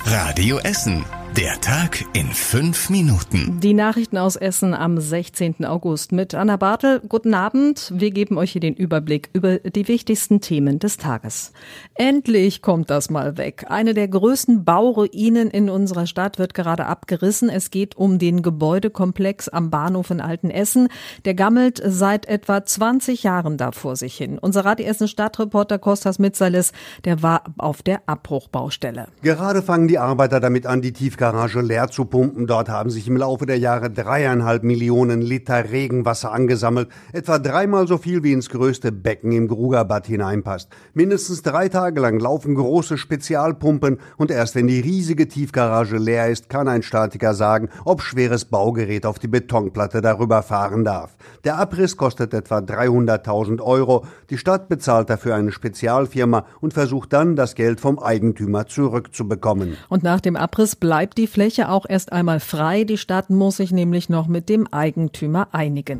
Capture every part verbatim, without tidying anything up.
Radio Essen. Der Tag in fünf Minuten. Die Nachrichten aus Essen am sechzehnten August mit Anna Bartel. Guten Abend. Wir geben euch hier den Überblick über die wichtigsten Themen des Tages. Endlich kommt das mal weg. Eine der größten Bauruinen in unserer Stadt wird gerade abgerissen. Es geht um den Gebäudekomplex am Bahnhof in Altenessen. Der gammelt seit etwa zwanzig Jahren da vor sich hin. Unser Radio Essen Stadtreporter Kostas Mitsalis, der war auf der Abbruchbaustelle. Gerade fangen die Arbeiter damit an, die Tiefgarage leer zu pumpen. Dort haben sich im Laufe der Jahre dreieinhalb Millionen Liter Regenwasser angesammelt. Etwa dreimal so viel, wie ins größte Becken im Grugerbad hineinpasst. Mindestens drei Tage lang laufen große Spezialpumpen und erst wenn die riesige Tiefgarage leer ist, kann ein Statiker sagen, ob schweres Baugerät auf die Betonplatte darüber fahren darf. Der Abriss kostet etwa dreihunderttausend Euro. Die Stadt bezahlt dafür eine Spezialfirma und versucht dann, das Geld vom Eigentümer zurückzubekommen. Und nach dem Abriss bleibt die Fläche auch erst einmal frei. Die Stadt muss sich nämlich noch mit dem Eigentümer einigen.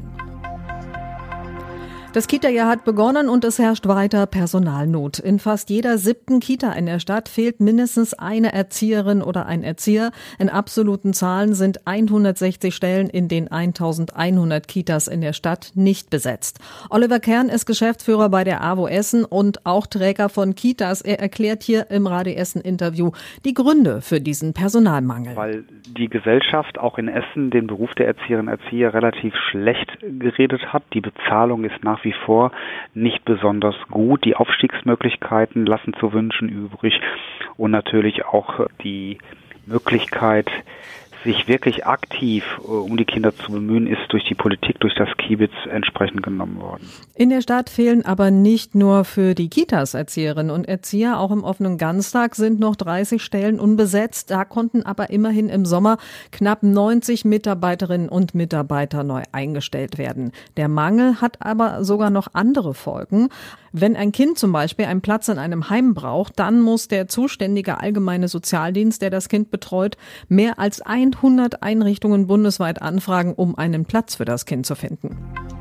Das Kita-Jahr hat begonnen und es herrscht weiter Personalnot. In fast jeder siebten Kita in der Stadt fehlt mindestens eine Erzieherin oder ein Erzieher. In absoluten Zahlen sind hundertsechzig Stellen in den eintausendeinhundert Kitas in der Stadt nicht besetzt. Oliver Kern ist Geschäftsführer bei der AWO Essen und auch Träger von Kitas. Er erklärt hier im Radio Essen Interview die Gründe für diesen Personalmangel. Weil die Gesellschaft auch in Essen den Beruf der Erzieherinnen und Erzieher relativ schlecht geredet hat. Die Bezahlung ist nach wie vor nicht besonders gut. Die Aufstiegsmöglichkeiten lassen zu wünschen übrig und natürlich auch die Möglichkeit, sich wirklich aktiv um die Kinder zu bemühen, ist durch die Politik, durch das Kiebitz entsprechend genommen worden. In der Stadt fehlen aber nicht nur für die Kitas Erzieherinnen und Erzieher. Auch im offenen Ganztag sind noch dreißig Stellen unbesetzt. Da konnten aber immerhin im Sommer knapp neunzig Mitarbeiterinnen und Mitarbeiter neu eingestellt werden. Der Mangel hat aber sogar noch andere Folgen. Wenn ein Kind zum Beispiel einen Platz in einem Heim braucht, dann muss der zuständige allgemeine Sozialdienst, der das Kind betreut, mehr als hundert Einrichtungen bundesweit anfragen, um einen Platz für das Kind zu finden.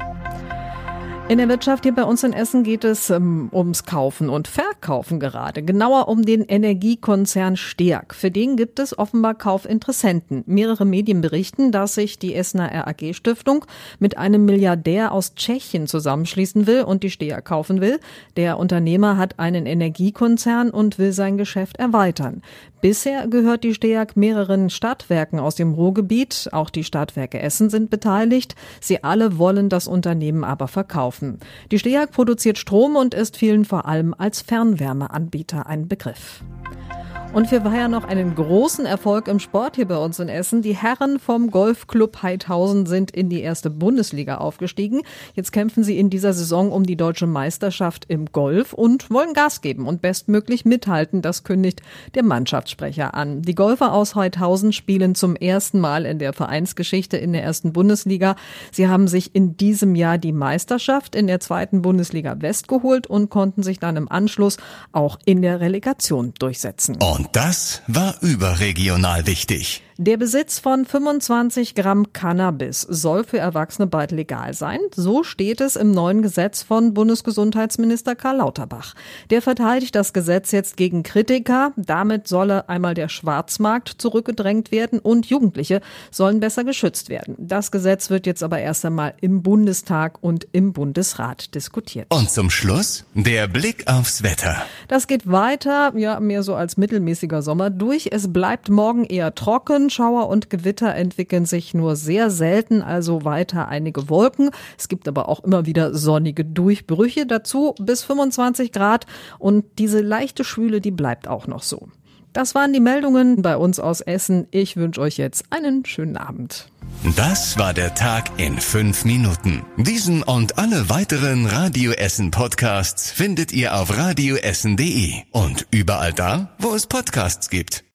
In der Wirtschaft hier bei uns in Essen geht es ähm, ums Kaufen und Verkaufen gerade. Genauer um den Energiekonzern Steag. Für den gibt es offenbar Kaufinteressenten. Mehrere Medien berichten, dass sich die Essener R A G-Stiftung mit einem Milliardär aus Tschechien zusammenschließen will und die Steag kaufen will. Der Unternehmer hat einen Energiekonzern und will sein Geschäft erweitern. Bisher gehört die Steag mehreren Stadtwerken aus dem Ruhrgebiet. Auch die Stadtwerke Essen sind beteiligt. Sie alle wollen das Unternehmen aber verkaufen. Die Steag produziert Strom und ist vielen vor allem als Fernwärmeanbieter ein Begriff. Und wir feiern noch einen großen Erfolg im Sport hier bei uns in Essen. Die Herren vom Golfclub Heidhausen sind in die erste Bundesliga aufgestiegen. Jetzt kämpfen sie in dieser Saison um die deutsche Meisterschaft im Golf und wollen Gas geben und bestmöglich mithalten. Das kündigt der Mannschaftssprecher an. Die Golfer aus Heidhausen spielen zum ersten Mal in der Vereinsgeschichte in der ersten Bundesliga. Sie haben sich in diesem Jahr die Meisterschaft in der zweiten Bundesliga West geholt und konnten sich dann im Anschluss auch in der Relegation durchsetzen. Und das war überregional wichtig. Der Besitz von fünfundzwanzig Gramm Cannabis soll für Erwachsene bald legal sein. So steht es im neuen Gesetz von Bundesgesundheitsminister Karl Lauterbach. Der verteidigt das Gesetz jetzt gegen Kritiker. Damit solle einmal der Schwarzmarkt zurückgedrängt werden und Jugendliche sollen besser geschützt werden. Das Gesetz wird jetzt aber erst einmal im Bundestag und im Bundesrat diskutiert. Und zum Schluss der Blick aufs Wetter. Das geht weiter, ja, mehr so als mittelmäßiger Sommer durch. Es bleibt morgen eher trocken. Schauer und Gewitter entwickeln sich nur sehr selten, also weiter einige Wolken. Es gibt aber auch immer wieder sonnige Durchbrüche, dazu bis fünfundzwanzig Grad und diese leichte Schwüle, die bleibt auch noch so. Das waren die Meldungen bei uns aus Essen. Ich wünsche euch jetzt einen schönen Abend. Das war der Tag in fünf Minuten. Diesen und alle weiteren Radio Essen Podcasts findet ihr auf radioessen punkt de und überall da, wo es Podcasts gibt.